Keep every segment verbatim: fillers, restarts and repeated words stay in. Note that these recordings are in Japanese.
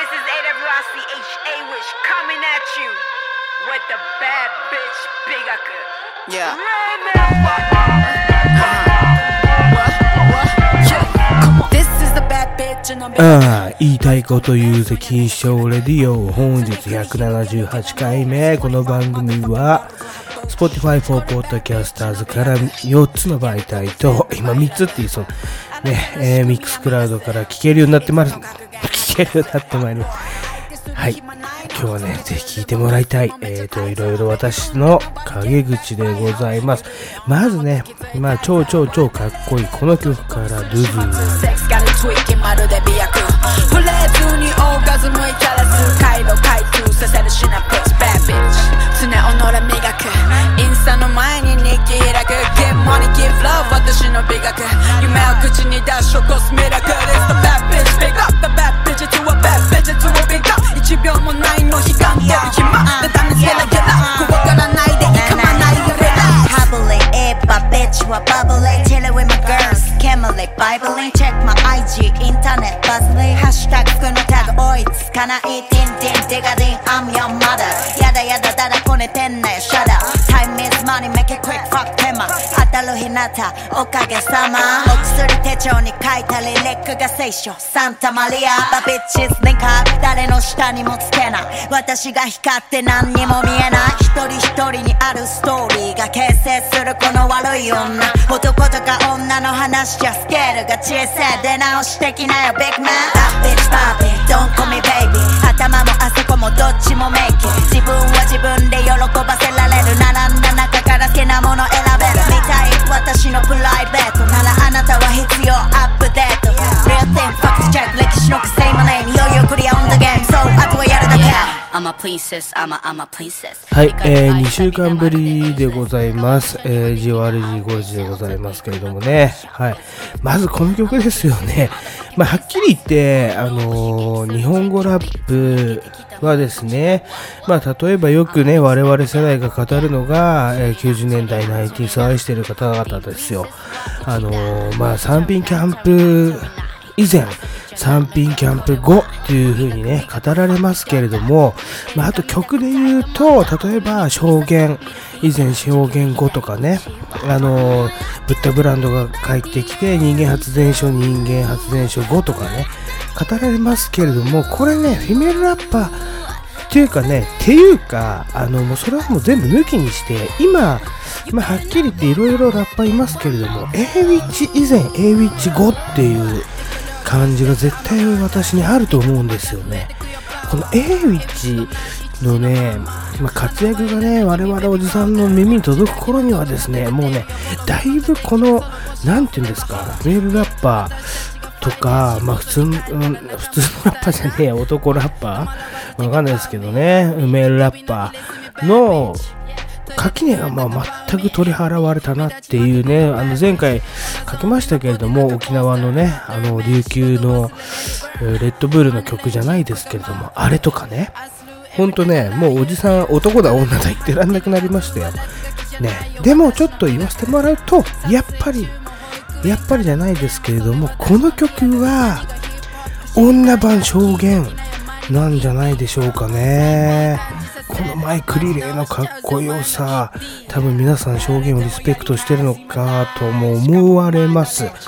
is A W I C H A Wish coming at you with the bad bitch Bigaku. Yeah. This is the bad bitch and I'm ああ、言いたいこと言うぜ金賞レディオ。本日ひゃくななじゅうはちかいめ。この番組は Spotify for Podcasters からよっつの媒体と、今みっつって言いそうね、えー、ミックスクラウドから聞けるようになってまいる聞けるようになってまいります。はい、今日はねぜひ聞いてもらいたい、えーといろいろ私の陰口でございます。まずね、まあ超超超かっこいいこの曲からドゥドゥセックスがツイッキまるで美薬フレーズにオーガズムイキャラス回路開通させるシナプスバッビッチ常己磨くインスタの前に日記開く Get money give love 私の美学夢を口に出し起こすミラクル It's the bad bitch big up the bad bitch to a bad bitch to a big up 一秒もないの悲願でる暇でダメゲラゲラ怖がらないでいかまないでレラハブリエヴァビッチはバブリ Chillin' with my girls ケムリバイブリン Check my アイジー インターネットバズリハッシュタグのタグ追いつかないティンティンディガディン I'm your mother やだやだだだこねてんねシャダ Time is money make it quick fuck 手間当たる日向おかげさまお薬手帳に書いたリリックが聖書サンタマリアバビッチズリンカー誰の下にもつけない私が光って何にも見えない一人一人にあるストーリーが形成するこの悪い女男とか女の話じゃスケールが小さい出直してきなよビッグマンバッビッチバービー Don't call me baby 頭もあそこもどっちもメイキ自分は自分で喜ばせられる並んだ中から好きなもの選べる見たい私のプライベートならあなたは必要アップデート Real thing fuck check 歴史のくせいもねいよいよクリアオンザゲーム So あとはやるだけI'm a princess, I'm a, I'm a princess はい、えー、にしゅうかんぶりでございます。えー、ジオアールジー ゴルジでございますけれどもね。はい。まずこの曲ですよね。まあ、はっきり言って、あのー、日本語ラップはですね、まあ、例えばよくね、我々世代が語るのが、えー、きゅうじゅうねんだいナインティースを愛している方々ですよ。あのー、まあ、三品キャンプ以前、三品キャンプ後っていう風にね語られますけれども、まあ、あと曲で言うと例えば証言以前証言後とかね、あのー、ブッダブランドが帰ってきて人間発電所人間発電所後とかね語られますけれども、これねフィメールラッパーっていうかねっていうかあのもうそれはもう全部抜きにして今、まあ、はっきり言っていろいろラッパーいますけれども A ウィッチ以前 A ウィッチ後っていう感じが絶対私にあると思うんですよね。この A ウィッチのね、まあ、活躍がね我々おじさんの耳に届く頃にはですねもうねだいぶこのなんていうんですかメールラッパーとかまあ普通、うん、普通のラッパーじゃねえ男ラッパーわかんないですけどねメールラッパーの垣根がまあ全く取り払われたなっていうね、あの前回書きましたけれども沖縄のねあの琉球のレッドブルの曲じゃないですけれどもあれとかねほんとねもうおじさん男だ女だ言ってらんなくなりましたよね。でもちょっと言わせてもらうとやっぱりやっぱりじゃないですけれどもこの曲は女版証言なんじゃないでしょうかね。このマイクリレーのかっこよさ多分皆さん証言をリスペクトしてるのかとも思われます。はい、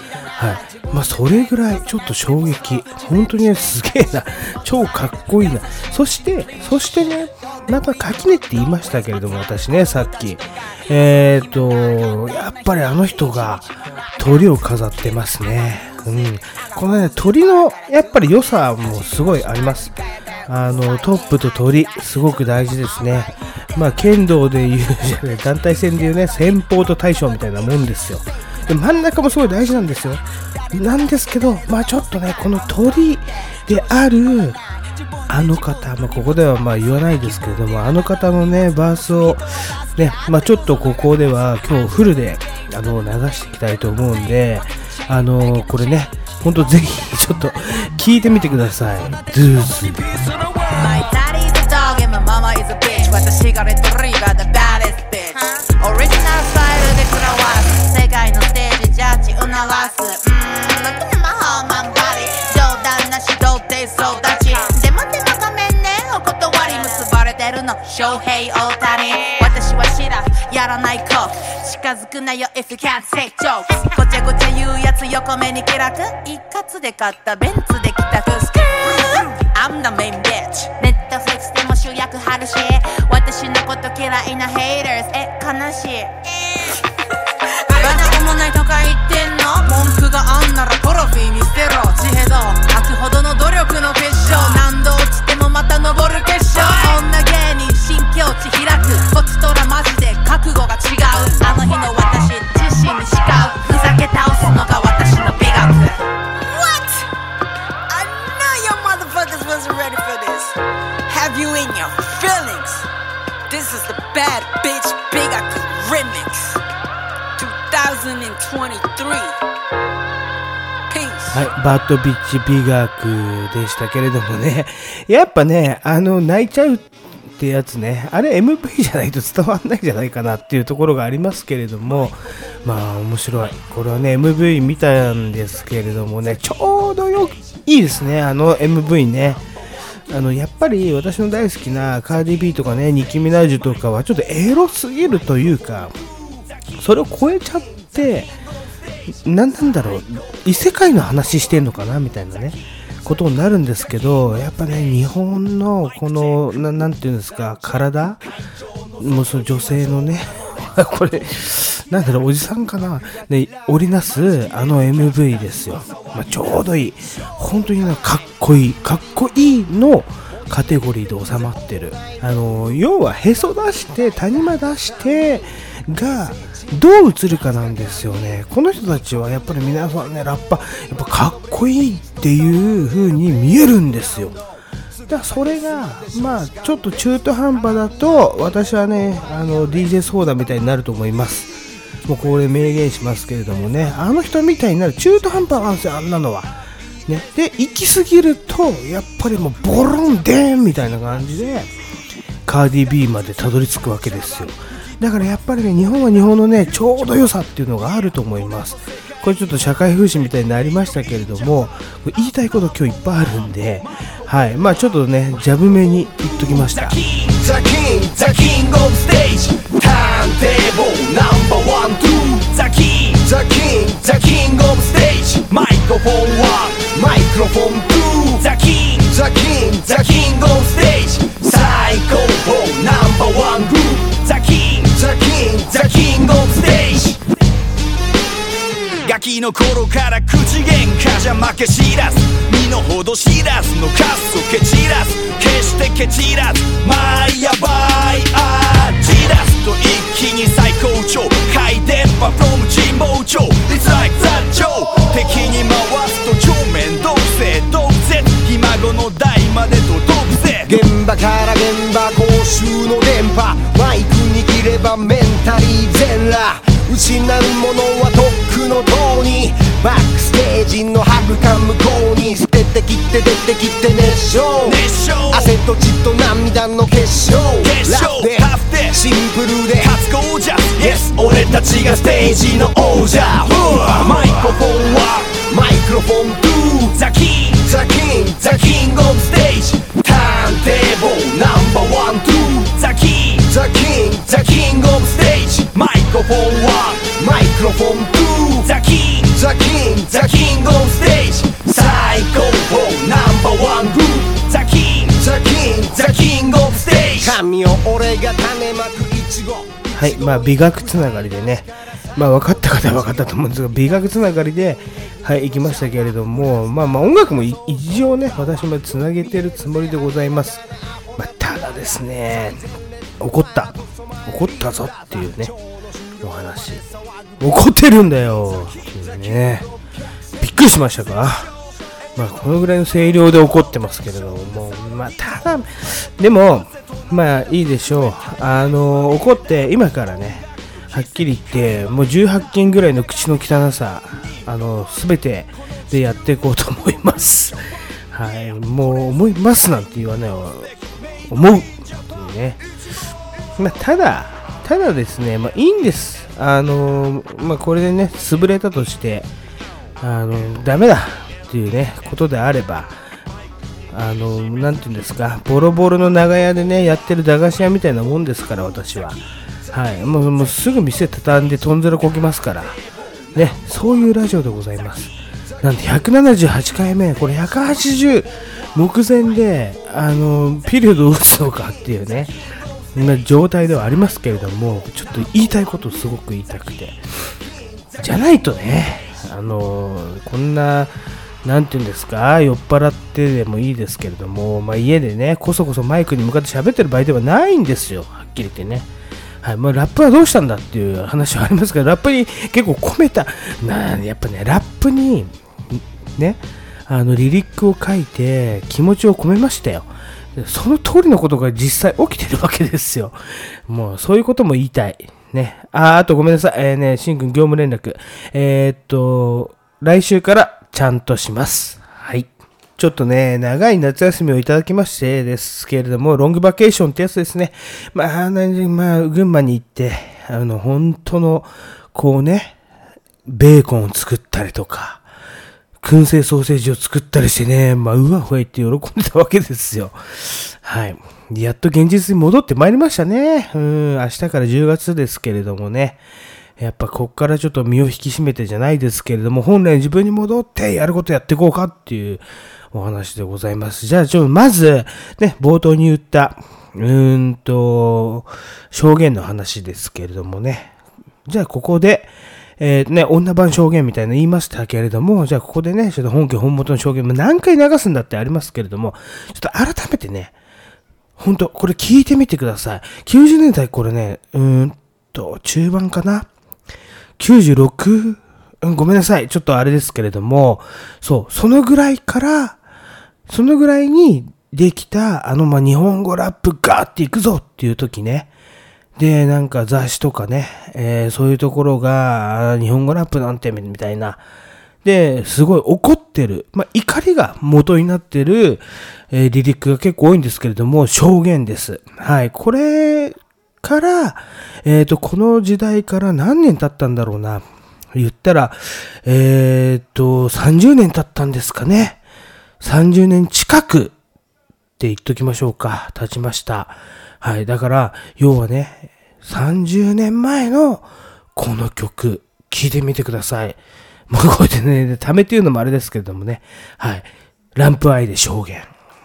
まあそれぐらいちょっと衝撃本当に、ね、すげえな超かっこいいな。そしてそしてねまた垣根って言いましたけれども私ねさっきえーとやっぱりあの人が鳥を飾ってますね。うん、このね鳥のやっぱり良さもすごいあります。あのトップと鳥すごく大事ですね。まあ剣道でいうじゃない団体戦でいうね先鋒と大将みたいなもんですよ。で真ん中もすごい大事なんですよ。なんですけどまあちょっとねこの鳥であるあの方、まあ、ここではまあ言わないですけれどもあの方のねバースをねまあちょっとここでは今日フルであの流していきたいと思うんであのこれねほんとぜひちょっと聞いてみてください。ドゥーズ My daddy is a dog and my mama is a bitch 私がレッドリーバー the baddest bitch オリジナルスタイルで食らわす世界のステージジャッジ促すうーん Look at my whole man body 冗談なし童貞総立ちでも翔平大谷私はシラフやらないコーク近づくなよ if you can't say jokes ごちゃごちゃ言うやつ横目に気楽一括で買ったベンツで来たフスクー I'm the main bitch ネットフリックスでも主役張るし私のこと嫌いなヘイターズえ悲しいバナもないとか言ってんの文句があんならトロフィーに捨てろ地平道吐くほどの努力の結晶何度落ちてもまた登る決勝女芸人新境地開くこちとらマジで覚悟が違うあの日の私自身に誓うふざけ倒すのが私の美学 What? I know your motherfuckers wasn't ready for this Have you in your feelings? This is the Bad Bitch 美学 Remix twenty twenty-three はい、バッドビッチ美学でしたけれどもね、やっぱね、あの泣いちゃうってやつね、あれ エムブイ じゃないと伝わんないんじゃないかなっていうところがありますけれども、まあ面白い。これはね エムブイ 見たんですけれどもね、ちょうどよいいですね、あの エムブイ ね。あのやっぱり私の大好きなカーディビーとかね、ニッキー・ミナージュとかはちょっとエロすぎるというか、それを超えちゃって何なんだろう、異世界の話してんのかなみたいなねことになるんですけど、やっぱね日本のこの な, なんていうんですか体もうその女性のねこれなんだろうおじさんかなね織りなすあの エムブイ ですよ、まあ、ちょうどいい本当にねかっこいいかっこいいのカテゴリーで収まってる。あの要はへそ出して谷間出してがどう映るかなんですよね。この人たちはやっぱり皆さんねラッパやっぱかっこいいっていう風に見えるんですよ。だからそれがまあちょっと中途半端だと私はねあの ディージェー ソーダみたいになると思います。もうこれ明言しますけれどもね、あの人みたいになる中途半端なんですよ、あんなのはね。で行き過ぎるとやっぱりもうボロンデーンみたいな感じでカーディビーまでたどり着くわけですよ。だからやっぱりね日本は日本のねちょうど良さっていうのがあると思います。これちょっと社会風刺みたいになりましたけれども、言いたいこと今日いっぱいあるんで、はい、まあちょっとねジャブめに言っときました。 ガキの頃から口喧嘩じゃ負け知らず身の程知らずのカスを蹴散らす決して蹴散らずまあやばいあじらすと一気に最高潮回電波 from 神保町 It's like that Joe 敵に回すと超面倒くせ毒舌ひ孫の代まで届くぜ現場から現場公衆の電波マイク握ればメンタリー全裸失うものはとっくのとうにバックステージのハグか向こうに捨ててきて出てきて熱唱汗と血と涙の結晶ラフでシンプルで初ゴージャス Yes 俺たちがステージの王者マイクロフォンはマイクロフォン to The King The King The King of Stage ターンテーブルナンバーワン to The King The King The King of Stage マイクロフォンはマイクロフォン to The King The King The King of Stage 最高峰ナンバーワングループ The King The King The King of Stage 神を俺が種まくイチゴはい、まあ美学つながりでね、まあ分かった方は分かったと思うんですが、美学つながりではい行きましたけれども、まあまあ音楽も一応ね私もつなげてるつもりでございます。まあ、ただですね、怒った怒ったぞっていうねお話、怒ってるんだよっていうね、びっくりしましたか。まあこのぐらいの声量で怒ってますけれども、まあただでもまあいいでしょう。あの怒って今からねはっきり言ってもうじゅうはち禁ぐらいの口の汚さあの全てでやっていこうと思います。はい、もう思いますなんて言わないわ、思うっていうね。まあただただですね、まあいいんです。あのまあこれでね潰れたとしてあのダメだっていうねことであれば、 あのなんていうんですか、ボロボロの長屋でねやってる駄菓子屋みたいなもんですから、私は。はい、もう、もうすぐ店畳んでとんずらこきますからね、そういうラジオでございます。なんでひゃくななじゅうはちかいめ、これひゃくはちじゅう目前であのピリオドを打つのかっていうね状態ではありますけれども、ちょっと言いたいことをすごく言いたくて、じゃないとね、あのこんななんていうんですか、酔っ払ってでもいいですけれども、まあ、家でねこそこそマイクに向かって喋ってる場合ではないんですよ、はっきり言ってね。はい、まあ、ラップはどうしたんだっていう話はありますけど、ラップに結構込めたな、やっぱねラップにねあのリリックを書いて気持ちを込めましたよ。その通りのことが実際起きてるわけですよ。もうそういうことも言いたいね。あ、あとごめんなさい、えー、ねしんくん業務連絡、えー、っと来週からちゃんとします。はい。ちょっとね、長い夏休みをいただきましてですけれども、ロングバケーションってやつですね。まあ、まあ、群馬に行って、あの、本当の、こうね、ベーコンを作ったりとか、燻製ソーセージを作ったりしてね、まあ、うわうわ言って喜んでたわけですよ。はい。やっと現実に戻ってまいりましたね。うん、明日からじゅうがつですけれどもね。やっぱこっからちょっと身を引き締めてじゃないですけれども、本来自分に戻ってやることやっていこうかっていうお話でございます。じゃあちょっとまずね、冒頭に言ったうーんと証言の話ですけれどもね。じゃあここでえー、ね、女版証言みたいな言いましたけれども、じゃあここでね、ちょっと本家本元の証言も何回流すんだってありますけれども、ちょっと改めてね、ほんとこれ聞いてみてください。きゅうじゅうねんだいこれね、うーんと中盤かな。きゅうじゅうろく、うん、ごめんなさい。ちょっとあれですけれども、そう、そのぐらいから、そのぐらいにできた、あの、ま、日本語ラップガーっていくぞっていう時ね。で、なんか雑誌とかね、えー、そういうところが、日本語ラップなんて、みたいな。で、すごい怒ってる。まあ、怒りが元になってる、えー、リリックが結構多いんですけれども、証言です。はい。これ、から、えっと、この時代から何年経ったんだろうな。言ったら、えっと、さんじゅうねん経ったんですかね。さんじゅうねん近くって言っときましょうか。経ちました。はい。だから、要はね、さんじゅうねんまえのこの曲、聴いてみてください。もうこうやってね、ためっていうのもあれですけれどもね。はい。ランプアイで証言。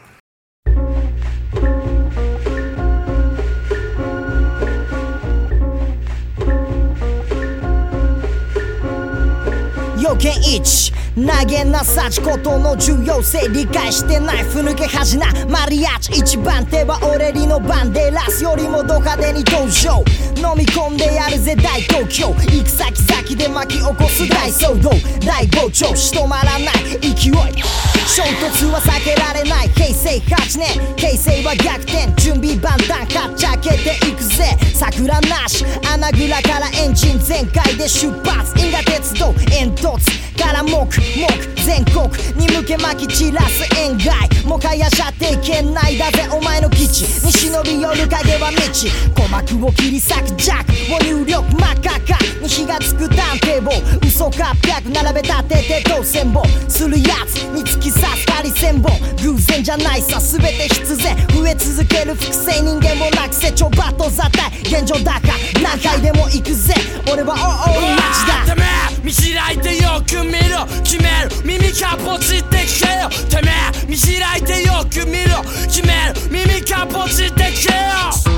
要件いち、投げなさちことの重要性理解してない、ふぬけ恥なマリアーチ一番手は俺リのバンデラスよりもド派手に登場、飲み込んでやるぜ大東京、行く先々で巻き起こす大騒動、大膨張し止まらない勢い、衝突は避けられないへいせいはちねん、形勢は逆転、準備万端かっちゃけていくぜ、桜なし穴蔵からエンジン全開で出発、因果鉄道煙突から黙々全国に向け巻き散らす塩害、もはや射程圏内だぜお前の基地に忍び寄る影は道、鼓膜を切り裂くジャックを入力真っ赤かに火がつく探偵棒、嘘かっぴゃく並べ立てて当選棒するやつに突き刺すハリセンボン、偶然じゃないさ全て必然、増え続ける複製人間もなくせちょばっとざたい現状だか何回でも行くぜ俺はおおマジだ、てめえ見開いてよく見ろ決める耳かポチって聞けよ、てめえ見開いてよく見ろ決める耳かポチって聞けよ、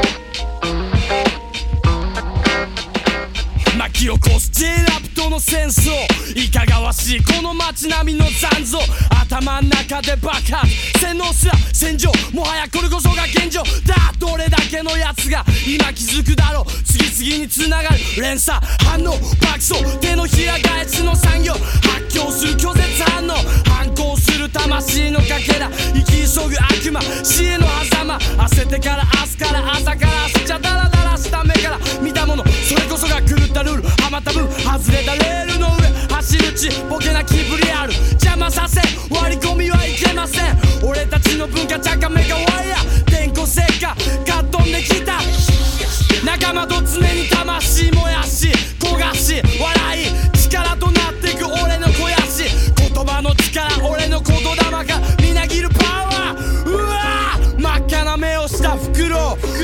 巻き起こす J ラップとの戦争、いかがわしいこの街並みの残像、頭ん中で爆発洗脳すら戦場、もはやこれこそが現状だ、どれだけのやつが今気づくだろう、次々に繋がる連鎖反応爆走、手のひら返しの産業、発狂する拒絶反応、反抗する魂のかけら、生き急ぐ悪魔死への狭間、焦ってから明日から朝から明日じゃダラダラした目から見たもの、それこそが狂ったルール、はまった分外れたレールの上走るちボケな気ぶりある、邪魔させ割り込みはいけません、俺たちの文化ちゃかめがワイヤー電光石火かっ飛んできた、仲間と常に魂燃やし焦がし笑い力となってく俺の肥やし、言葉の力俺の言霊がみなぎるパワー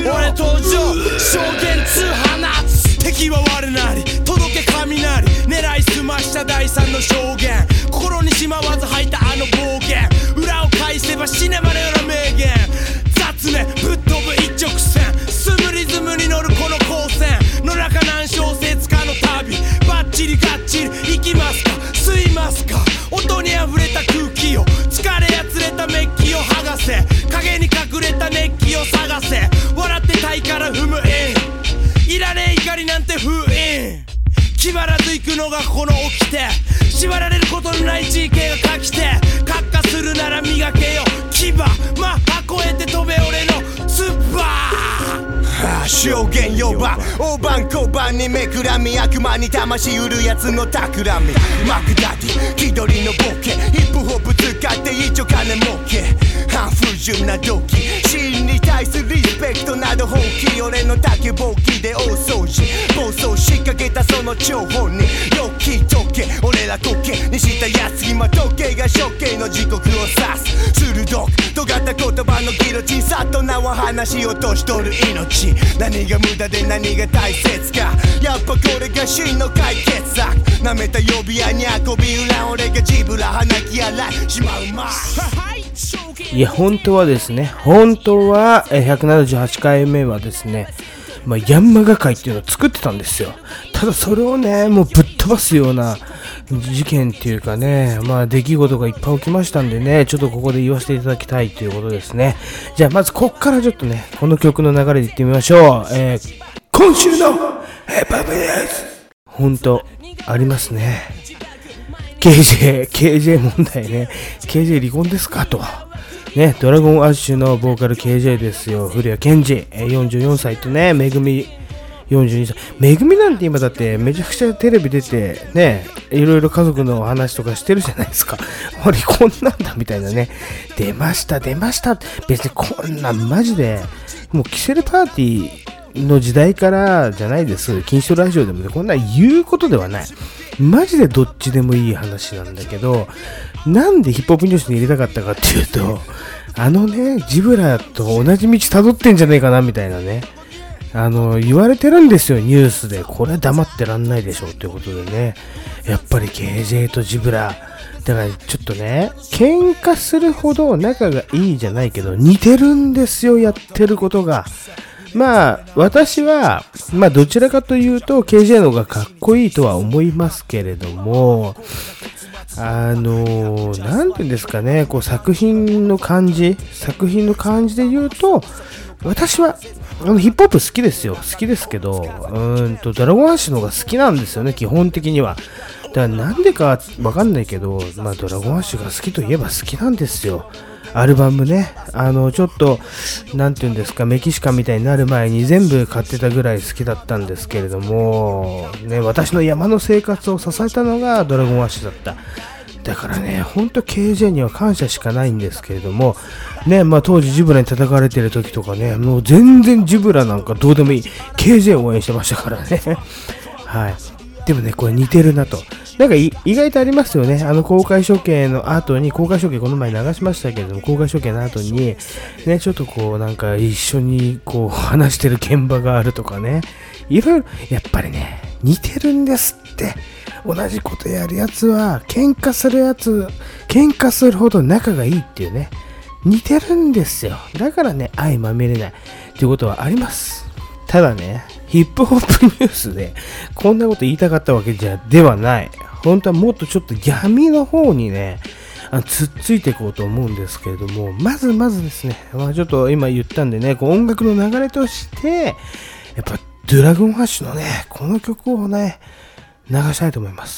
俺登場証言通放つ敵は我なり届け雷狙いすました第三の証言心にしまわず吐いたあの暴言裏を返せば死ねまのような名言雑念ぶっ飛ぶ一直線スムリズムに乗るこの光線野中何小節かの旅バッチリガッチリ行きますか吸いますか音に溢れた空気を疲れやつれたメッキを剥がせ影に隠れた熱気を探せ笑ってたいから踏むインいらねえ怒りなんて封印気張らず行くのがこの起きて縛られることのない ジーケー が書きて閣下するなら磨けよ牙マッハ越えて飛べ俺のツッパー証言呼ば大判小判にめくらみ悪魔に魂売るやつの企みマクダディ気取りのボケヒップホップ使って一丁金儲け半不純な動機死因に対するリスペクトなど本気俺の竹ぼうきで大掃除暴走しかけたその張本にロッキー時計俺ら時計にしたやつ今時計が処刑の時刻を指す鋭く尖った言葉のギロチンさっと名は話を落としとる命何が無駄で何が大切かやっぱこれが真の解決策舐めた呼び屋に運び裏俺がジブラ鼻き洗いしまうまいや本当はですね本当はひゃくななじゅうはちかいめはですねまあ、ヤンマガ会っていうのを作ってたんですよ。ただそれをねもうぶっ飛ばすような事件っていうかねまあ出来事がいっぱい起きましたんでねちょっとここで言わせていただきたいということですね。じゃあまずこっからちょっとねこの曲の流れでいってみましょう。えー、今週のヘップアップです。本当ありますね ケージェー ケージェー 問題ね ケージェー 離婚ですかとね、ドラゴンアッシュのボーカル ケージェー ですよ。古谷健二よんじゅうよんさいとねめぐみよんじゅうにさいめぐみなんて今だってめちゃくちゃテレビ出てねいろいろ家族の話とかしてるじゃないですか。離婚なんだみたいなね出ました出ました別にこんなんマジでもうキセルパーティーの時代からじゃないです。金賞ラジオでも、ね、こんなん言うことではないマジでどっちでもいい話なんだけどなんでヒップホップニュースに入れたかったかっていうとあのねジブラと同じ道辿ってんじゃねえかなみたいなねあの言われてるんですよニュースで。これ黙ってらんないでしょということでねやっぱり ケージェー とジブラだからちょっとね喧嘩するほど仲がいいじゃないけど似てるんですよやってることが。まあ私はまあどちらかというと ケージェー の方がかっこいいとは思いますけれどもあのー、なんていうんですかねこう作品の感じ作品の感じで言うと私はあのヒップホップ好きですよ好きですけどうーんとドラゴンアッシュの方が好きなんですよね基本的には。だからなんでかわかんないけどまあドラゴンアッシュが好きといえば好きなんですよ。アルバムねあのちょっとなんていうんですかメキシカンみたいになる前に全部買ってたぐらい好きだったんですけれどもね私の山の生活を支えたのがドラゴンアッシュだった。だからねほんと ケージェー には感謝しかないんですけれどもねまあ当時ジブラに叩かれてる時とかねもう全然ジブラなんかどうでもいい ケージェー を応援してましたからねはいでもねこれ似てるなとなんか意外とありますよね。あの公開処刑の後に公開処刑この前流しましたけれども公開処刑の後にねちょっとこうなんか一緒にこう話してる現場があるとかねいろいろやっぱりね似てるんですって。同じことやるやつは喧嘩するやつ喧嘩するほど仲がいいっていうね似てるんですよ。だからね相まみれないっていうことはあります。ただねヒップホップニュースでこんなこと言いたかったわけじゃではない。本当はもっとちょっと闇の方にねあのつっついていこうと思うんですけれどもまずまずですね、まあ、ちょっと今言ったんでねこう音楽の流れとしてやっぱドラゴンハッシュのねこの曲をね流したいと思います。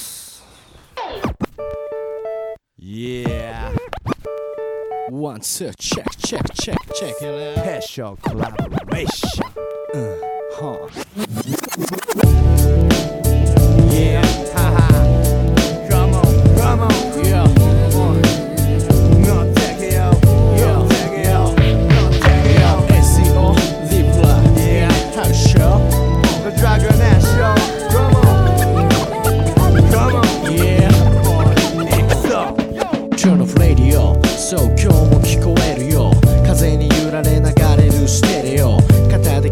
Yeah One two check check check check Special collaboration uh, huh. Yeah haha Come on come on Yeah No take it out Yeah take it out No take it out S C O Live Life Yeah How show The Dragon Ash Show Come on Come on Yeah X O Turn off radioそう今日も聞こえるよ風に揺られ流れるステレオ片手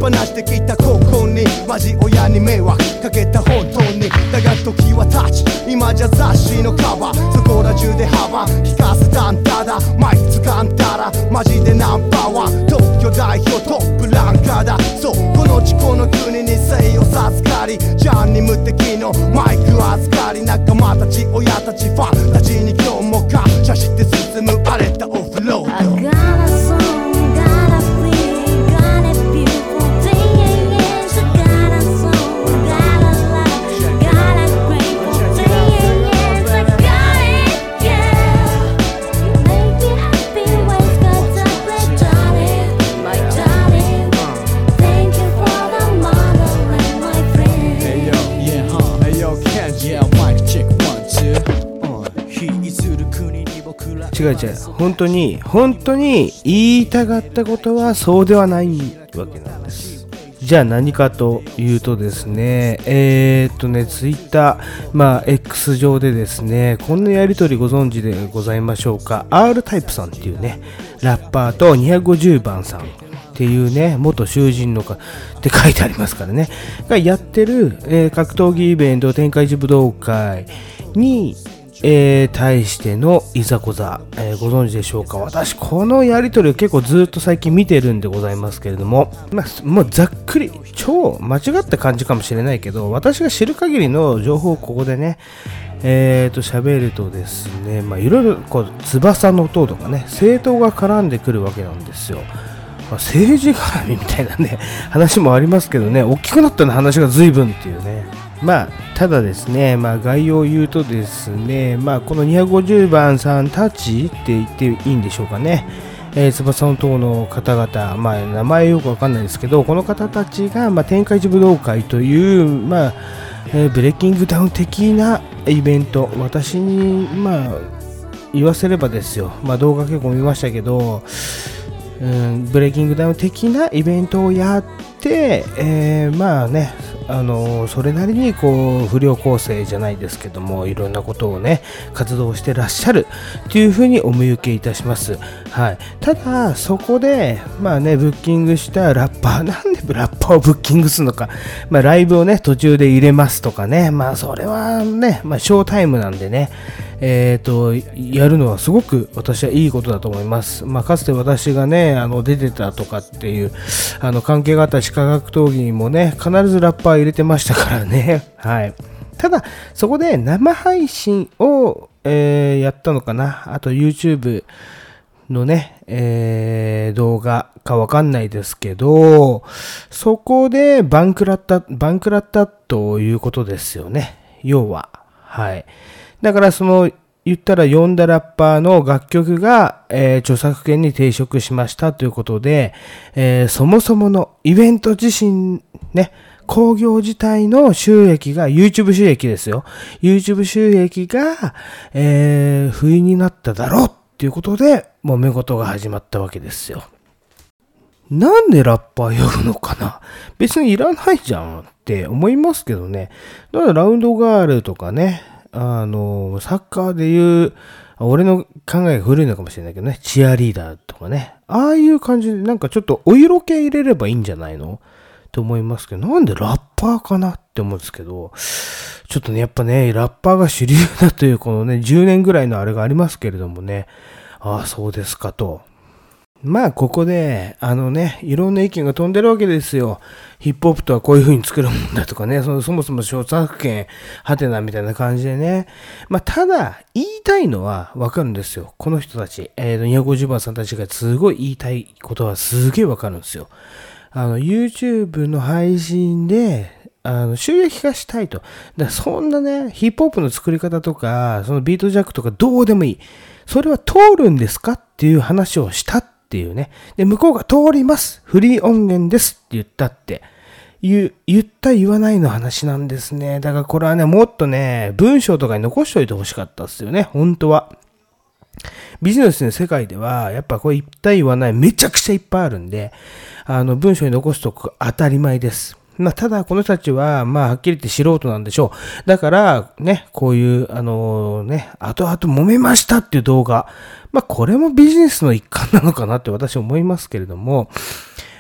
放してきた高校にマジ親に迷惑かけた本当に。だが時は経ち今じゃ雑誌のカバーそこら中で幅利かせたんだだ。マイク掴んだらマジでナンバーワン東京代表トップランカーだ。そうこの地この国に生を授かりジャンに無敵のマイク預かり仲間たち親たちファンたちに今日も感謝して進む荒れたオフロード。 違う違う、本当に本当に言いたがったことはそうではないわけなんです。じゃあ何かというとですね、えー、っとねツイッター、まあ X 上でですね、こんなやりとりご存知でございましょうか。 R タイプさんっていうねラッパーとにひゃくごじゅうばんさんっていうね元囚人のかって書いてありますからねがやってる、えー、格闘技イベント天下一武道会にえー、対してのいざこざ、えー、ご存知でしょうか。私このやり取りを結構ずっと最近見てるんでございますけれども、まあ、もうざっくり超間違った感じかもしれないけど、私が知る限りの情報をここでねえーと喋るとですね、まあいろいろこう翼の塔とかね政党が絡んでくるわけなんですよ。まあ、政治絡みみたいなね話もありますけどね、大きくなったの話が随分っていうね。まあただですね、まあ概要を言うとですね、まあこのにひゃくごじゅうばんさんたちって言っていいんでしょうかね。えー、翼の塔の方々、まあ名前よくわかんないですけど、この方たちがまあ天下一武道会というまあ、えー、ブレイキングダウン的なイベント、私にまあ言わせればですよ、まあ動画結構見ましたけど、うん、ブレイキングダウン的なイベントをやって、えー、まあね、あのー、それなりにこう不良構成じゃないですけども、いろんなことをね活動してらっしゃるというふうにお見受けいたします。はい。ただそこでまあねブッキングしたラッパー、なんでラッパーをブッキングするのか、まあライブをね途中で入れますとかね、まあそれはね、まあショータイムなんでね。えーと、やるのはすごく私はいいことだと思います。まあ、かつて私がね、あの出てたとかっていうあの関係があった地下格闘技にもね、必ずラッパー入れてましたからね。はい。ただ、そこで生配信を、えー、やったのかな。あと YouTube のね、えー、動画かわかんないですけど、そこでバンクラった、バンクラったということですよね。要は。はい。だからその言ったら呼んだラッパーの楽曲が、えー、著作権に抵触しましたということで、えー、そもそものイベント自身ね、興行自体の収益が YouTube 収益ですよ。YouTube 収益が、えー、不意になっただろうっていうことで揉め事が始まったわけですよ。なんでラッパー呼ぶのかな？別にいらないじゃんって思いますけどね。だからラウンドガールとかね、あの、サッカーでいう、俺の考えが古いのかもしれないけどね、チアリーダーとかね、ああいう感じでなんかちょっとお色気入れればいいんじゃないのと思いますけど、なんでラッパーかなって思うんですけど、ちょっとね、やっぱね、ラッパーが主流だというこのね、じゅうねんぐらいのあれがありますけれどもね、ああ、そうですかと。まあ、ここで、あのね、いろんな意見が飛んでるわけですよ。ヒップホップとはこういう風に作るもんだとかね、そのそもそも著作権、はてなみたいな感じでね。まあ、ただ、言いたいのはわかるんですよ。この人たち、えーと、にひゃくごじゅうばんさんたちがすごい言いたいことはすげえわかるんですよ。あの、YouTube の配信で、あの、収益化したいと。だからそんなね、ヒップホップの作り方とか、そのビートジャックとかどうでもいい。それは通るんですかっていう話をしたっていうね。で、向こうが通ります。フリー音源ですって言ったって。言, 言った言わないの話なんですね。だからこれはね、もっとね、文章とかに残しておいてほしかったですよね。本当は。ビジネスの世界では、やっぱこれ言った言わないめちゃくちゃいっぱいあるんで、あの、文章に残しておく当たり前です。まあ、ただこの人たちは、まあ、はっきり言って素人なんでしょう。だから、ね、こういう、あのね、後々揉めましたっていう動画。まあ、これもビジネスの一環なのかなって私は思いますけれども、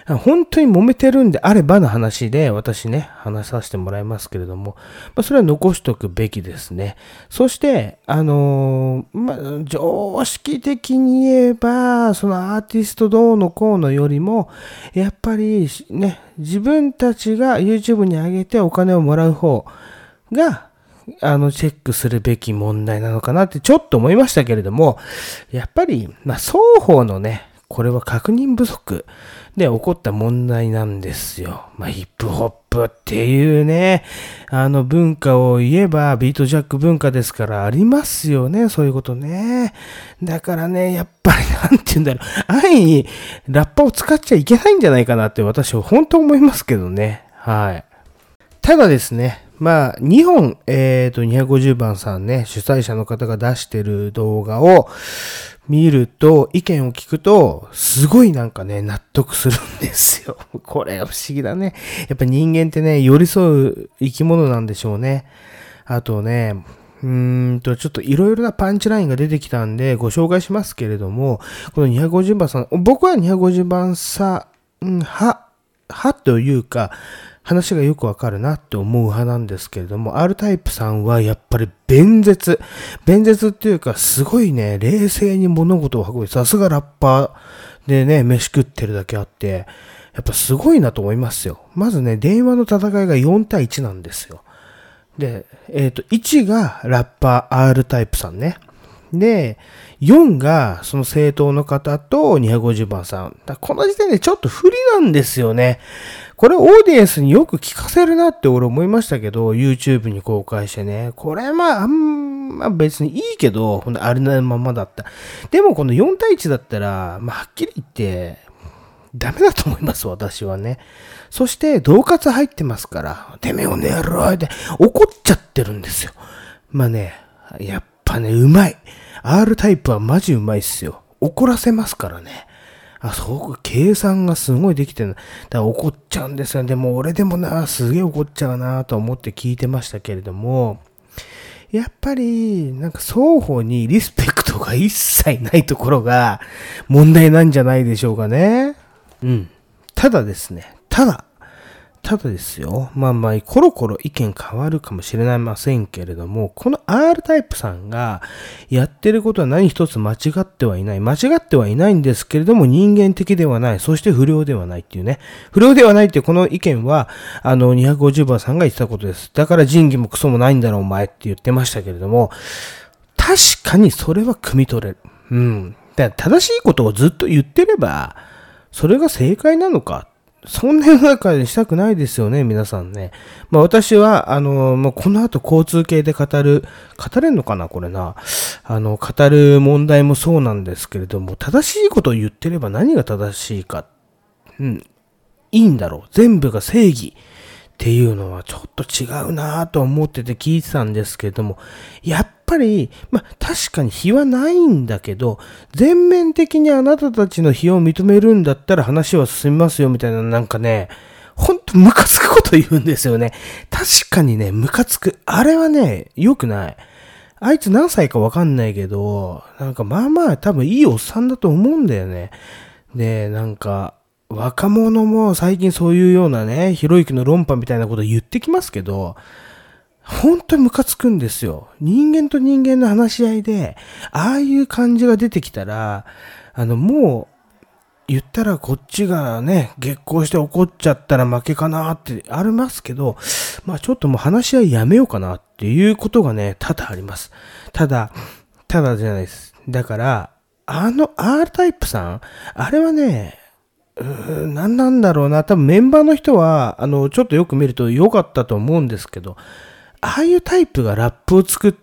本当に揉めてるんであればの話で私ね、話させてもらいますけれども、まあ、それは残しとくべきですね。そして、あのー、まあ、常識的に言えば、そのアーティストどうのこうのよりも、やっぱりね、自分たちが YouTube に上げてお金をもらう方が、あの、チェックするべき問題なのかなってちょっと思いましたけれども、やっぱり、まあ、双方のね、これは確認不足で起こった問題なんですよ。まあ、ヒップホップっていうね、あの文化を言えばビートジャック文化ですからありますよね、そういうことね。だからね、やっぱりなんて言うんだろう、安易にラッパを使っちゃいけないんじゃないかなって私は本当思いますけどね。はい。ただですね、まあ、にほん、えっと、にひゃくごじゅうばんさんね、主催者の方が出してる動画を見ると、意見を聞くと、すごいなんかね、納得するんですよ。これ不思議だね。やっぱ人間ってね、寄り添う生き物なんでしょうね。あとね、うーんと、ちょっといろいろなパンチラインが出てきたんで、ご紹介しますけれども、このにひゃくごじゅうばんさん、僕はにひゃくごじゅうばんさん派、派というか、話がよくわかるなって思う派なんですけれども、R タイプさんはやっぱり弁舌。弁舌っていうか、すごいね、冷静に物事を運び、さすがラッパーでね、飯食ってるだけあって、やっぱすごいなと思いますよ。まずね、電話の戦いがよんたいいちなんですよ。で、えっと、いちがラッパー R タイプさんね。で、よんがその政党の方とにひゃくごじゅうばんさん。だこの時点でちょっと不利なんですよね。これオーディエンスによく聞かせるなって俺思いましたけど、YouTube に公開してね。これまあ、あんま別にいいけど、ほんとあれのままだった。でもこのよんたいいちだったら、まあはっきり言って、ダメだと思います、私はね。そして、恫喝入ってますから、てめえをねろって怒っちゃってるんですよ。まあね、やっぱね、うまい。R タイプはマジうまいっすよ。怒らせますからね。あ、そう、計算がすごいできてる。だから怒っちゃうんですよ。でも俺でもな、すげえ怒っちゃうなと思って聞いてましたけれども、やっぱり、なんか双方にリスペクトが一切ないところが問題なんじゃないでしょうかね。うん。ただですね、ただ、ただですよ。まあまあ、コロコロ意見変わるかもしれませんけれども、この R タイプさんがやってることは何一つ間違ってはいない。間違ってはいないんですけれども、人間的ではない。そして不良ではないっていうね。不良ではないっていうこの意見は、あの、にひゃくごじゅうばんさんが言ってたことです。だから仁義もクソもないんだろお前って言ってましたけれども、確かにそれは汲み取れる。うん。だから正しいことをずっと言ってれば、それが正解なのか。そんな世の中にしたくないですよね、皆さんね。まあ私は、あの、まあ、この後交通系で語る、語れんのかな、これな。あの、語る問題もそうなんですけれども、正しいことを言ってれば何が正しいか、うん、いいんだろう。全部が正義っていうのはちょっと違うなぁと思ってて聞いてたんですけれども、やっぱり、まあ確かに非はないんだけど、全面的にあなたたちの非を認めるんだったら話は進みますよみたいな、なんかね、ほんとムカつくこと言うんですよね。確かにね、ムカつく。あれはね、良くない。あいつ何歳かわかんないけど、なんかまあまあ多分いいおっさんだと思うんだよね。で、なんか、若者も最近そういうようなね、ひろゆきの論破みたいなこと言ってきますけど、本当にムカつくんですよ。人間と人間の話し合いで、ああいう感じが出てきたら、あの、もう、言ったらこっちがね、激高して怒っちゃったら負けかなってありますけど、まあちょっともう話し合いやめようかなっていうことがね、多々あります。ただ、ただじゃないです。だから、あの R タイプさん、あれはね、うーん、何なんだろうな。多分メンバーの人は、あの、ちょっとよく見ると良かったと思うんですけど、ああいうタイプがラップを作って、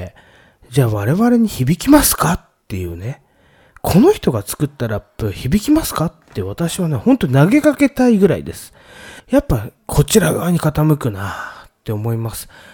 じゃあ我々に響きますかっていうね。この人が作ったラップ響きますかって私はね、ほんと投げかけたいぐらいです。やっぱこちら側に傾くなって思います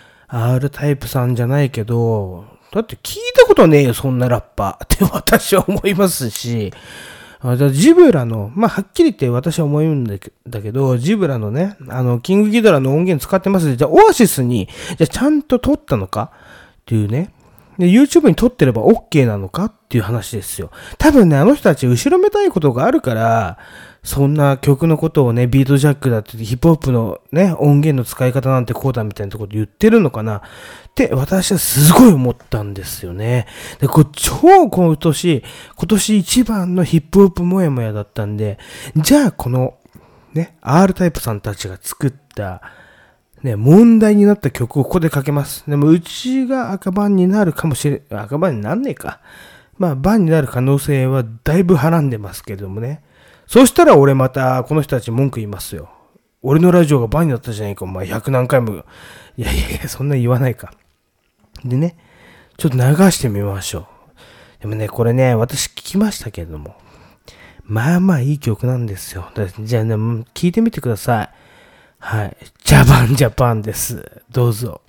。R タイプさんじゃないけど、だって聞いたことねえよ、そんなラッパーって私は思いますし、ジブラの、まあ、はっきり言って私は思うんだけど、ジブラのね、あの、キングギドラの音源使ってますで、じゃあ、オアシスに、じゃあ、ちゃんと撮ったのかっていうね。で、YouTube に撮ってれば OK なのかっていう話ですよ。多分ね、あの人たち後ろめたいことがあるから、 そんな曲のことをね、ビートジャックだってヒップホップのね、音源の使い方なんてこうだみたいなところで言ってるのかなって私はすごい思ったんですよね。で、これ超今年、今年一番のヒップホップもやもやだったんで、じゃあこのね、R タイプさんたちが作ったね、問題になった曲をここでかけます。でもうちが赤番になるかもしれ、赤番になんねえか。まあ番になる可能性はだいぶはらんでますけれどもね。そうしたら俺またこの人たち文句言いますよ。俺のラジオが番になったじゃないか、お前ひゃく何回も。いやいやいや、そんな言わないか。でね、ちょっと流してみましょう。でもね、これね、私聞きましたけれども。まあまあいい曲なんですよ。じゃあね、聞いてみてください。はい。ジャパンジャパンです。どうぞ。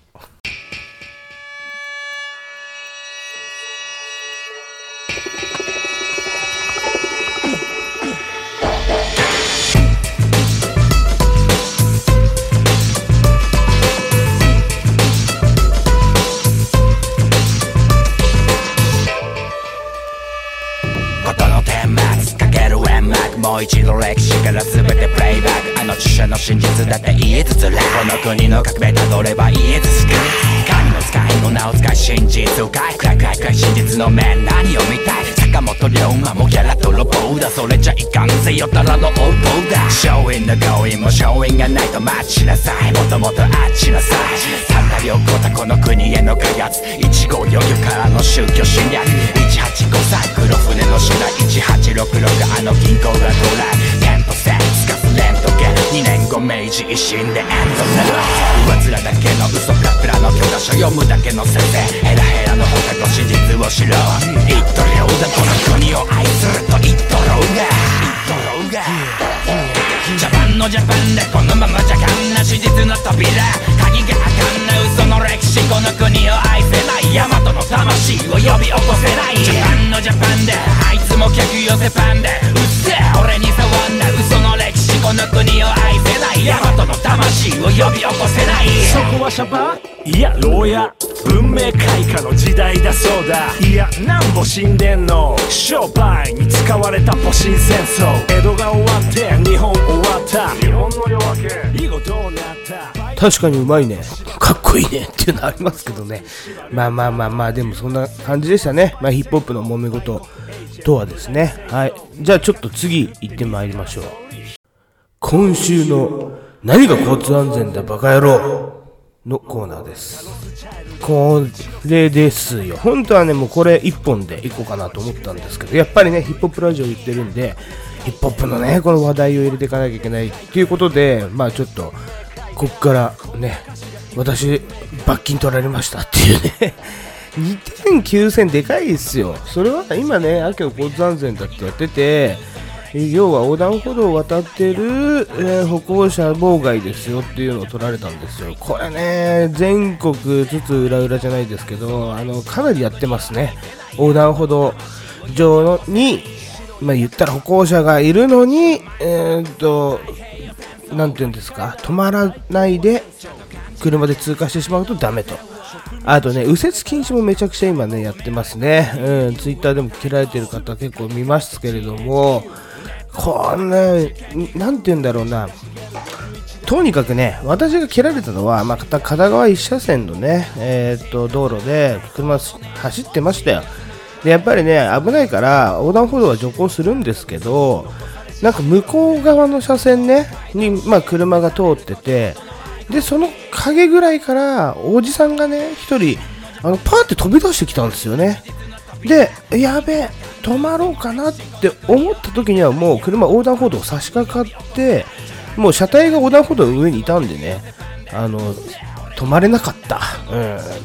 もう一度歴史から全てプレイバック。あの著者の真実だって言いつつらこの国の革命たどれば言いつつか神の使いの名を使い真実を書いクライクライクライ真実の面何を見たい坂本龍馬もギャラ泥棒だそれじゃいかんぜよただの横暴だショーインのゴーインもショーインがないと待ちなさいもともとあっちなさい三田良子だこの国への開発いちごうよぎょからの宗教侵略いちはちごさい黒船の主題いちはちろくろくあの銀行が到来テンポセンスかすレントゲンにねんご明治維新でエンドセル上面だけの嘘プラプラの教科書読むだけの先生ヘラヘラの放課後真実を知ろう言っとるようだこの国を愛すると言っとろうが言っとろうがジャパンのジャパンでこのままじゃかんな真実の扉鍵があかんな嘘の歴史この国を愛せない大和の魂を呼び起こせないジャパンのジャパンであいつも客寄せパンでうっせえ俺に触んな嘘の歴史この国を愛せない大和の魂を呼び起こせないそこはシャパンいや牢屋文明開化の時代だそうだいやなんぼ死んでんの商売に使われた戊辰戦争江戸が終わって日本終わった日本の夜明け以後どうなった確かにうまいねかっこいいねっていうのありますけどねまあまあまあまあでもそんな感じでしたね、まあ、ヒップホップの揉め事とはですねはいじゃあちょっと次行ってまいりましょう今週の何が交通安全だバカ野郎のコーナーです。これですよ。本当はね、もうこれ一本でいこうかなと思ったんですけど、やっぱりね、ヒップホップラジオ言ってるんで、ヒップホップのね、この話題を入れていかなきゃいけないっていうことで、まあちょっと、こっからね、私、罰金取られましたっていうね、にてんきゅうせんでかいですよ。それは今ね、秋の交通安全だってやってて、要は横断歩道を渡ってる、えー、歩行者妨害ですよっていうのを取られたんですよ。これね、全国ずつ裏裏じゃないですけど、あのかなりやってますね。横断歩道上に、まあ、言ったら歩行者がいるのに、えー、っと、なんていうんですか、止まらないで車で通過してしまうとダメと。あとね、右折禁止もめちゃくちゃ今ね、やってますね。うん、ツイッターでも切られてる方結構見ますけれども、こんな、なんて言うんだろうな。とにかくね、私が切られたのは、まあ、片側一車線のね、えー、っと、道路で車走ってましたよ。で、やっぱりね、危ないから横断歩道は徐行するんですけど、なんか向こう側の車線ね、に、まあ、車が通ってて、で、その影ぐらいから、おじさんがね、一人、あの、パーって飛び出してきたんですよね。で、やべえ、止まろうかなって思った時にはもう車横断歩道を差し掛かって、もう車体が横断歩道の上にいたんでね、あの、止まれなかった。うん。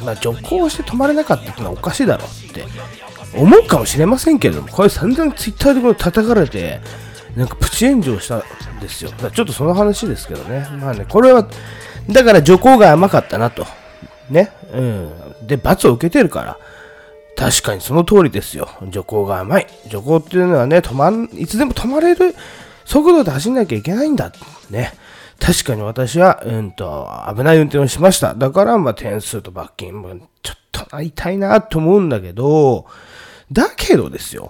まあ、徐行して止まれなかったってのはおかしいだろって思うかもしれませんけれども、これ散々ツイッターでこれ叩かれて、なんかプチ炎上したんですよ。だからちょっとその話ですけどね。まあね、これは、だから徐行が甘かったなと。ね。うん。で、罰を受けてるから。確かにその通りですよ。徐行が甘い。徐行っていうのはね、止まん、いつでも止まれる速度で走んなきゃいけないんだ。ね。確かに私は、うんと、危ない運転をしました。だから、まあ、点数と罰金もちょっと痛いなと思うんだけど、だけどですよ。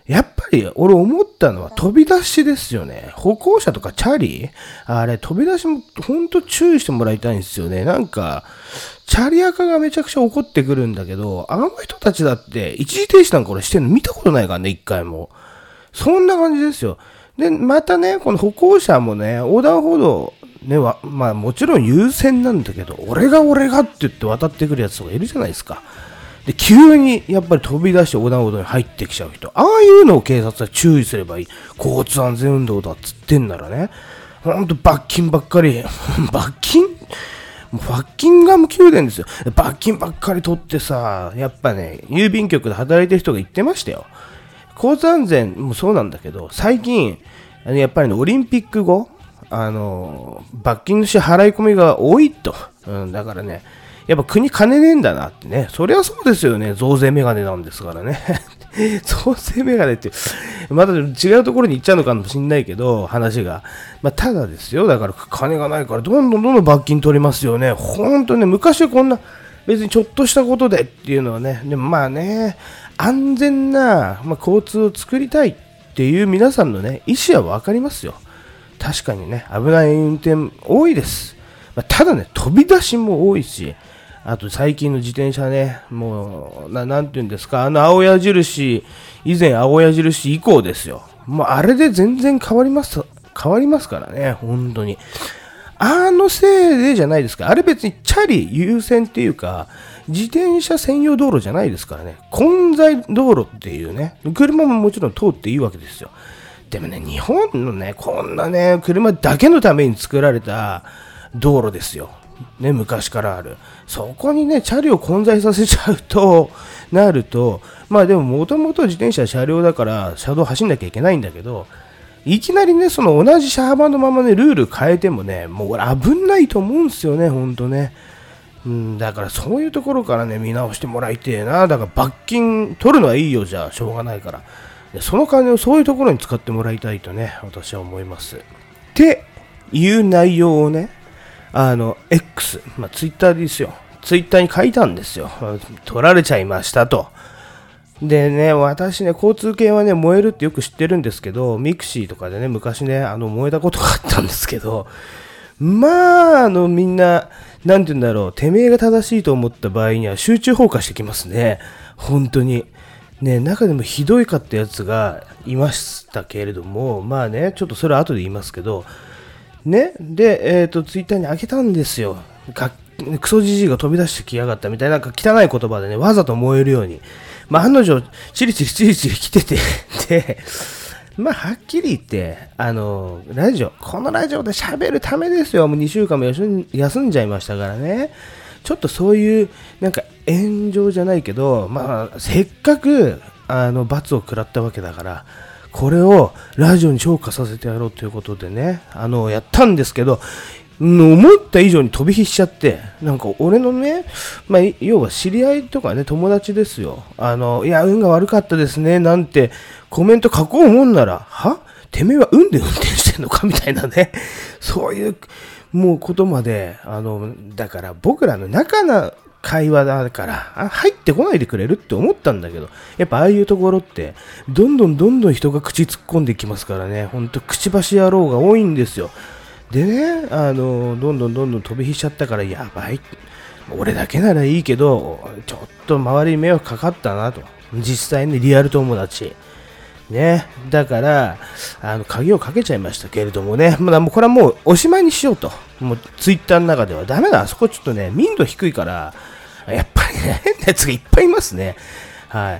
やっぱり俺思ったのは飛び出しですよね。歩行者とかチャリ、あれ飛び出しもほんと注意してもらいたいんですよね。なんか、チャリアカがめちゃくちゃ怒ってくるんだけど、あの人たちだって一時停止なんか俺してるの見たことないからね、一回も。そんな感じですよ。で、またね、この歩行者もね、横断歩道、ね、はまあもちろん優先なんだけど、俺が俺がって言って渡ってくるやつとかいるじゃないですか。で、急にやっぱり飛び出して横断歩道に入ってきちゃう人。ああいうのを警察は注意すればいい。交通安全運動だっつってんならね。ほんと罰金ばっかり。罰金バッキンガム宮殿ですよ。罰金ばっかり取ってさ、やっぱね、郵便局で働いてる人が言ってましたよ。交通安全もそうなんだけど、最近、やっぱり、ね、オリンピック後、あの、罰金の支払い込みが多いと。うん、だからね、やっぱ国金ねえんだなってね。そりゃそうですよね。増税メガネなんですからね。増税メガネって、また違うところに行っちゃうのかもしんないけど、話が。まあ、ただですよ。だから金がないから、どんどんどんどん罰金取りますよね。ほんとね、昔はこんな、別にちょっとしたことでっていうのはね、でもまあね、安全な、まあ、交通を作りたいっていう皆さんのね、意思はわかりますよ。確かにね、危ない運転多いです。まあ、ただね、飛び出しも多いし、あと最近の自転車ね、もう、な、なんていうんですか、あの青矢印、以前青矢印以降ですよ。もうあれで全然変わります、変わりますからね、本当に。あのせいでじゃないですか。あれ別にチャリ優先っていうか、自転車専用道路じゃないですからね。混在道路っていうね、車ももちろん通っていいわけですよ。でもね、日本のね、こんなね、車だけのために作られた道路ですよ。ね、昔からある。そこにね、チャリを混在させちゃうと、なると、まあでももともと自転車車両だから車道走んなきゃいけないんだけど、いきなりね、その同じ車幅のままね、ルール変えてもね、もうこれ危ないと思うんですよね、ほんとね。うん、だからそういうところからね、見直してもらいてえな。だから罰金取るのはいいよ、じゃあ、しょうがないから。その金をそういうところに使ってもらいたいとね、私は思います。っていう内容をね、あの、X、まあ、ツイッターですよ。ツイッターに書いたんですよ。取られちゃいましたと。でね、私ね、交通系はね、燃えるってよく知ってるんですけど、ミクシーとかでね、昔ね、あの、燃えたことがあったんですけど、まあ、あの、みんな、なんて言うんだろう、てめえが正しいと思った場合には集中放火してきますね。本当に。ね、中でもひどいかったやつがいましたけれども、まあね、ちょっとそれは後で言いますけど、ね、で、えっと、ツイッターに上げたんですよ。かクソじじいが飛び出してきやがったみたいな、なんか汚い言葉でね、わざと燃えるように。まあ、案の定、チリチリチリチリ来てて、で、まあ、はっきり言って、あの、ラジオ、このラジオで喋るためですよ。もうにしゅうかんも休んじゃいましたからね。ちょっとそういう、なんか炎上じゃないけど、まあ、せっかく、あの、罰を食らったわけだから、これをラジオに昇華させてやろうということでね、あの、やったんですけど、思った以上に飛び火しちゃって、なんか俺のね、まあ、要は知り合いとかね、友達ですよ。あの、いや、運が悪かったですね、なんてコメント書こうもんなら、は？てめえは運で運転してんのかみたいなね、そういう、もうことまで、あの、だから僕らの中の会話だから、入ってこないでくれるって思ったんだけど、やっぱああいうところって、どんどんどんどん人が口突っ込んできますからね、ほんと口走野郎が多いんですよ。でね、あの、どんどんどんどん飛び火しちゃったから、やばい。俺だけならいいけど、ちょっと周りに迷惑かかったなと。実際ね、リアル友達。ね。だから、あの、鍵をかけちゃいましたけれどもね。まだもうこれはもうおしまいにしようと。もうツイッターの中ではダメだ。あそこちょっとね、民度低いから、やっぱりね、変なやつがいっぱいいますね。はい。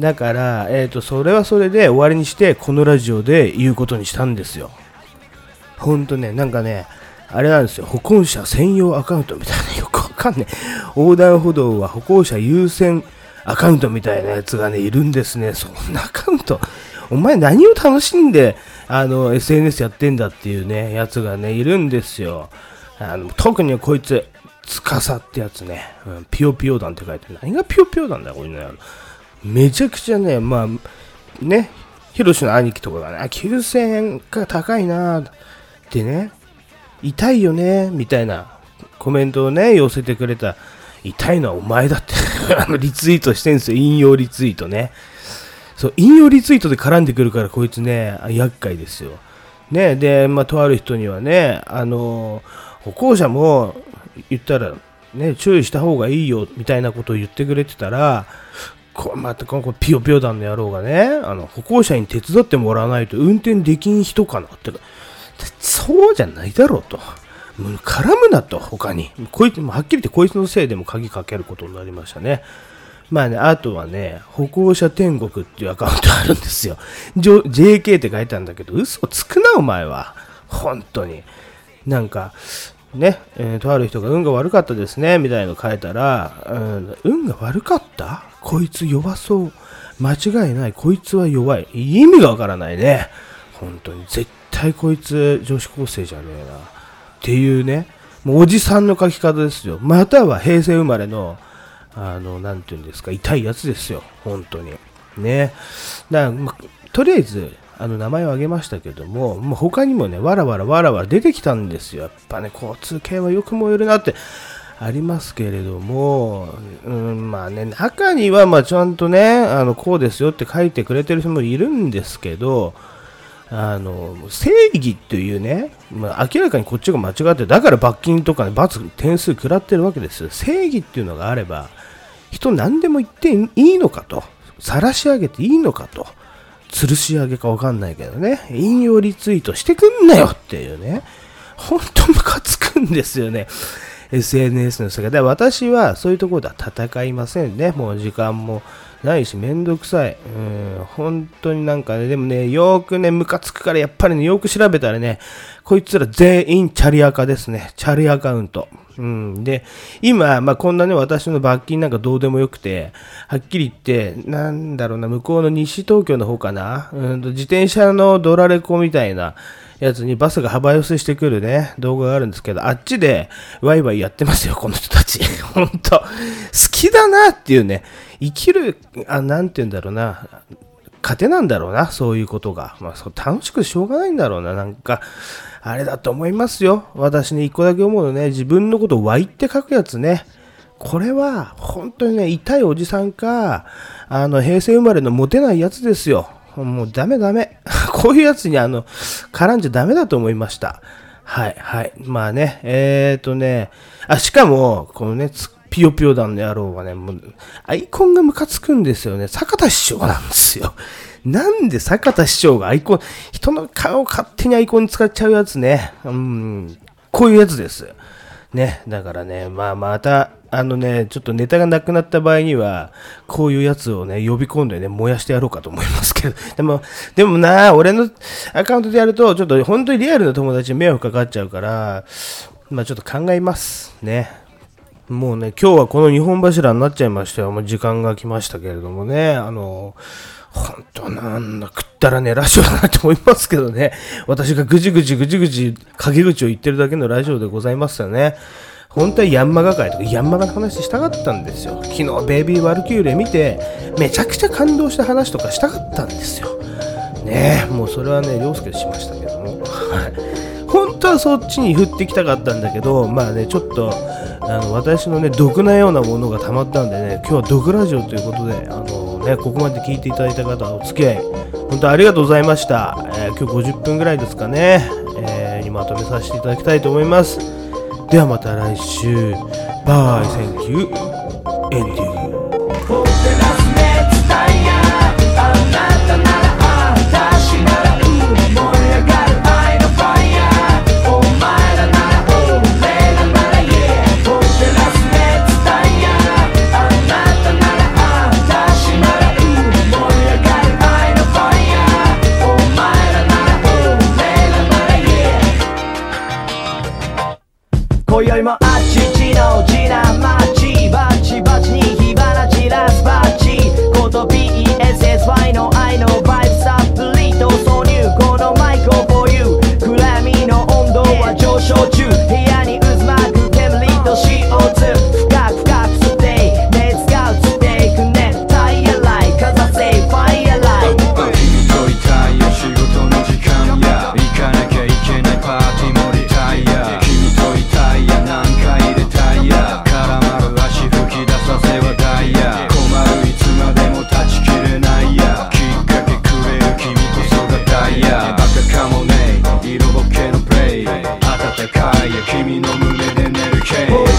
だから、えっと、それはそれで終わりにして、このラジオで言うことにしたんですよ。ほんとね、なんかね、あれなんですよ、歩行者専用アカウントみたいな、よくわかんねえ。横断歩道は歩行者優先アカウントみたいなやつがね、いるんですね。そんなアカウント、お前何を楽しんで、あの、エスエヌエス やってんだっていうね、やつがね、いるんですよ。あの、特にこいつ、つかさってやつね、うん、ピヨピヨ団って書いてある。何がピヨピヨ団だよ、これね。めちゃくちゃね、まあ、ね、ヒロシの兄貴とかがね、きゅうせんえんが高いなぁ。でね、痛いよねみたいなコメントをね寄せてくれた。痛いのはお前だってあのリツイートしてんすよ、引用リツイートね。 そう引用リツイートで絡んでくるからこいつね厄介ですよ。ね、で、まあ、とある人にはね、あの歩行者も言ったら、ね、注意した方がいいよみたいなことを言ってくれてたら、こまたこのピヨピヨ団の野郎がね、あの歩行者に手伝ってもらわないと運転できん人かなって、そうじゃないだろうと。もう絡むなと、他に。こいつもはっきり言ってこいつのせいでも鍵かけることになりましたね。まあね、あとはね、歩行者天国っていうアカウントあるんですよ。ジェーケー って書いてあるんだけど、嘘つくなお前は。本当に。なんか、ね、えー、とある人が運が悪かったですね、みたいなの書いたら、うん、運が悪かった？こいつ弱そう。間違いない。こいつは弱い。意味がわからないね。本当に。絶対こいつ女子高生じゃねえな。っていうね、もうおじさんの書き方ですよ。または平成生まれの、あの、なんていうんですか、痛いやつですよ。本当に。ね。だから、ま、とりあえず、あの、名前を挙げましたけども、もう他にもね、わらわらわらわら出てきたんですよ。やっぱね、交通系はよく燃えるなってありますけれども、うん、まあね、中には、まあちゃんとね、あの、こうですよって書いてくれてる人もいるんですけど、あの正義っていうね、まあ、明らかにこっちが間違って、だから罰金とか、ね、罰点数食らってるわけですよ。正義っていうのがあれば、人何でも言っていいのかと、晒し上げていいのかと、吊るし上げか分かんないけどね、引用リツイートしてくんなよっていうね、本当ムカつくんですよね。エスエヌエス の世界で、私はそういうところでは戦いませんね。もう時間もないし、めんどくさい。うん、本当になんかね、でもね、よーくね、ムカつくから、やっぱりね、よく調べたらね、こいつら全員チャリアカですね。チャリアカウント。うん、で、今、まあ、こんなね、私の罰金なんかどうでもよくて、はっきり言って、なんだろうな、向こうの西東京の方かな、うん、自転車のドラレコみたいなやつにバスが幅寄せしてくるね、動画があるんですけど、あっちでワイワイやってますよ、この人たち。本当好きだなっていうね、生きる、あ、なんて言うんだろうな、糧なんだろうな、そういうことが。まあ、そう楽しくしょうがないんだろうな、なんか、あれだと思いますよ。私ね、一個だけ思うのね、自分のことを Y って書くやつね。これは、本当にね、痛いおじさんか、あの、平成生まれのモテないやつですよ。もうダメダメ。こういうやつにあの、絡んじゃダメだと思いました。はい、はい。まあね、えーとね、あ、しかも、このね、ピヨピヨ団の野郎はね、もう、アイコンがムカつくんですよね。坂田師匠なんですよ。なんで坂田師匠がアイコン、人の顔を勝手にアイコンに使っちゃうやつね。うん、こういうやつです。ね、だからね、まあまた、あのね、ちょっとネタがなくなった場合には、こういうやつをね、呼び込んでね、燃やしてやろうかと思いますけど、でも、でもな、俺のアカウントでやると、ちょっと本当にリアルな友達に迷惑かかっちゃうから、まあちょっと考えますね。もうね、今日はこのにほん柱になっちゃいましたよ。もう時間が来ましたけれどもね、あの、本当なんだ、食ったらね、ラジオだなと思いますけどね。私がぐじぐじぐじぐじ、陰口を言ってるだけのラジオでございますよね。本当はヤンマガ会とかヤンマガの話したかったんですよ。昨日ベイビーワルキューレ見て、めちゃくちゃ感動した話とかしたかったんですよ。ねえ、もうそれはね、涼介しましたけども。本当はそっちに振ってきたかったんだけど、まあね、ちょっと、あの私のね、毒なようなものが溜まったんでね、今日は毒ラジオということで、あのね、ここまで聞いていただいた方、お付き合い、本当ありがとうございました。えー、今日ごじゅっぷんぐらいですかね、えー、にまとめさせていただきたいと思います。ではまた来週、バイ、センキュー、エンディング。 今宵もあっちちの地な街バチバチに火花散らすバチこと ピーイーエスエスワイ の愛のバイブサプリと挿入このマイクを for you 暗闇の温度は上昇中部屋に渦巻く煙と シーオーツー 深く深く吸って熱が移っていく熱帯夜ライかざせファイヤーライ君といたいよ仕事の時間や行かなきゃいけないパーティーもリタイア君といたい何回入れたいや絡まる足吹き出させはダイヤ困るいつまでも断ち切れないやきっ戦いや君の胸で寝る K